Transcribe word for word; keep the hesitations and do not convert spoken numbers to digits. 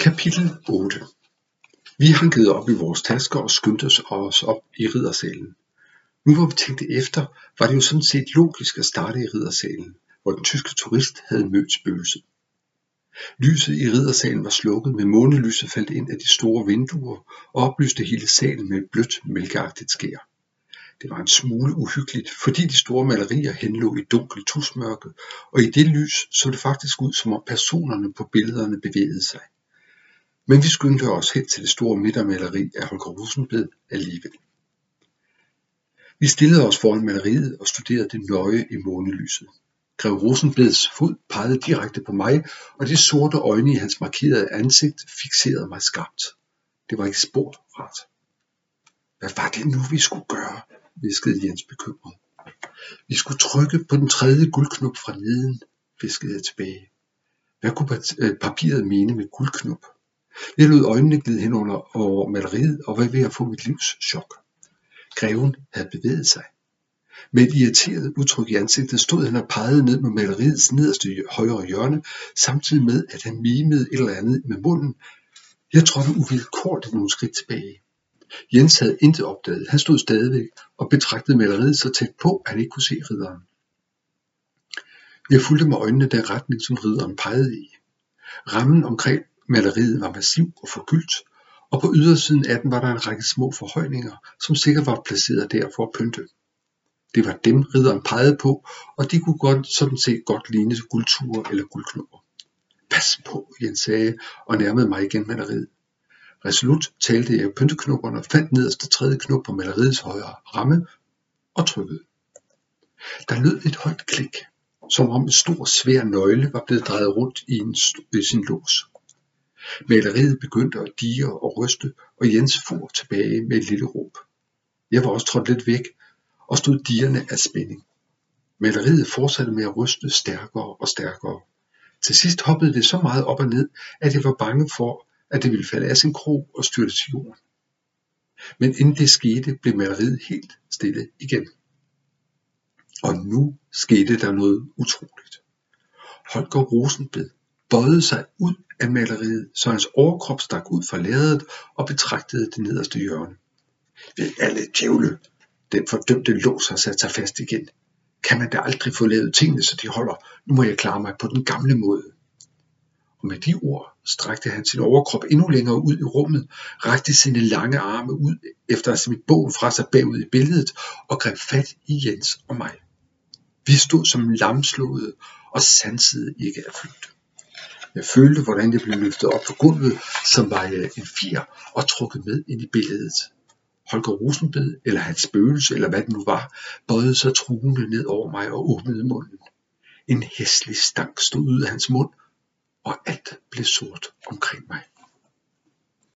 Kapitel otte. Vi hankede op i vores tasker og skyndte os op i riddersalen. Nu hvor vi tænkte efter, var det jo sådan set logisk at starte i riddersalen, hvor den tyske turist havde mødt spøgelset. Lyset i riddersalen var slukket, men månelyset faldt ind af de store vinduer og oplyste hele salen med et blødt, mælkeagtigt skær. Det var en smule uhyggeligt, fordi de store malerier henlå i dunkelt tusmørke, og i det lys så det faktisk ud, som om personerne på billederne bevægede sig. Men vi skyndte os hen til det store midtermaleri af Holger Rosenblad alligevel. Vi stillede os foran maleriet og studerede det nøje i månelyset. Grev Rosenblads fod pegede direkte på mig, og de sorte øjne i hans markerede ansigt fikserede mig skarpt. Det var ikke spor rart. Hvad var det nu, vi skulle gøre? Hviskede Jens bekymret. Vi skulle trykke på den tredje guldknop fra neden, hviskede jeg tilbage. Hvad kunne papiret mene med guldknop? Jeg lod øjnene glide hen under over maleriet og var ved at få mit livs chok. Greven havde bevæget sig. Med et irriteret udtryk i ansigtet stod han og pegede ned på maleriets nederste højre hjørne, samtidig med at han mimede et eller andet med munden. Jeg trådte uvilkårligt nogle skridt tilbage. Jens havde intet opdaget. Han stod stadigvæk og betragtede maleriet så tæt på, at han ikke kunne se ridderen. Jeg fulgte med øjnene den retning, som ridderen pegede i. Rammen omkring maleriet var massiv og forgyldt, og på ydersiden af den var der en række små forhøjninger, som sikkert var placeret der for at pynte. Det var dem, ridderen pegede på, og de kunne godt, sådan set godt ligne guldture eller guldknopper. Pas på, Jens sagde, og nærmede mig igen maleriet. Resolut talte jeg pynteknopperne og fandt nederste tredje knop på maleriets højre ramme og trykkede. Der lød et højt klik, som om en stor svær nøgle var blevet drejet rundt i, en, i sin lås. Maleriet begyndte at dirre og ryste, og Jens for tilbage med et lille råb. Jeg var også trådt lidt væk og stod dirrende af spænding. Maleriet fortsatte med at ryste stærkere og stærkere. Til sidst hoppede det så meget op og ned, at jeg var bange for, at det ville falde af sin krog og styrte til jorden. Men inden det skete, blev maleriet helt stille igen. Og nu skete der noget utroligt. Holger Rosenblad bøjede sig ud af maleriet, så hans overkrop stak ud fra lærredet og betragtede det nederste hjørne. Ved alle djævle, den fordømte lås har sat sig fast igen. Kan man da aldrig få lavet tingene, så de holder? Nu må jeg klare mig på den gamle måde. Og med de ord strakte han sin overkrop endnu længere ud i rummet, rakte sine lange arme ud efter at smidt bogen fra sig bagud i billedet og greb fat i Jens og mig. Vi stod som lamslåede og sansede ikke at flygte. Jeg følte, hvordan jeg blev løftet op på gulvet, som var jeg en fjer og trukket med ind i billedet. Holger Rosenblad, eller hans spøgelse, eller hvad det nu var, bøjede sig truende ned over mig og åbnede munden. En hæslig stank stod ud af hans mund, og alt blev sort omkring mig.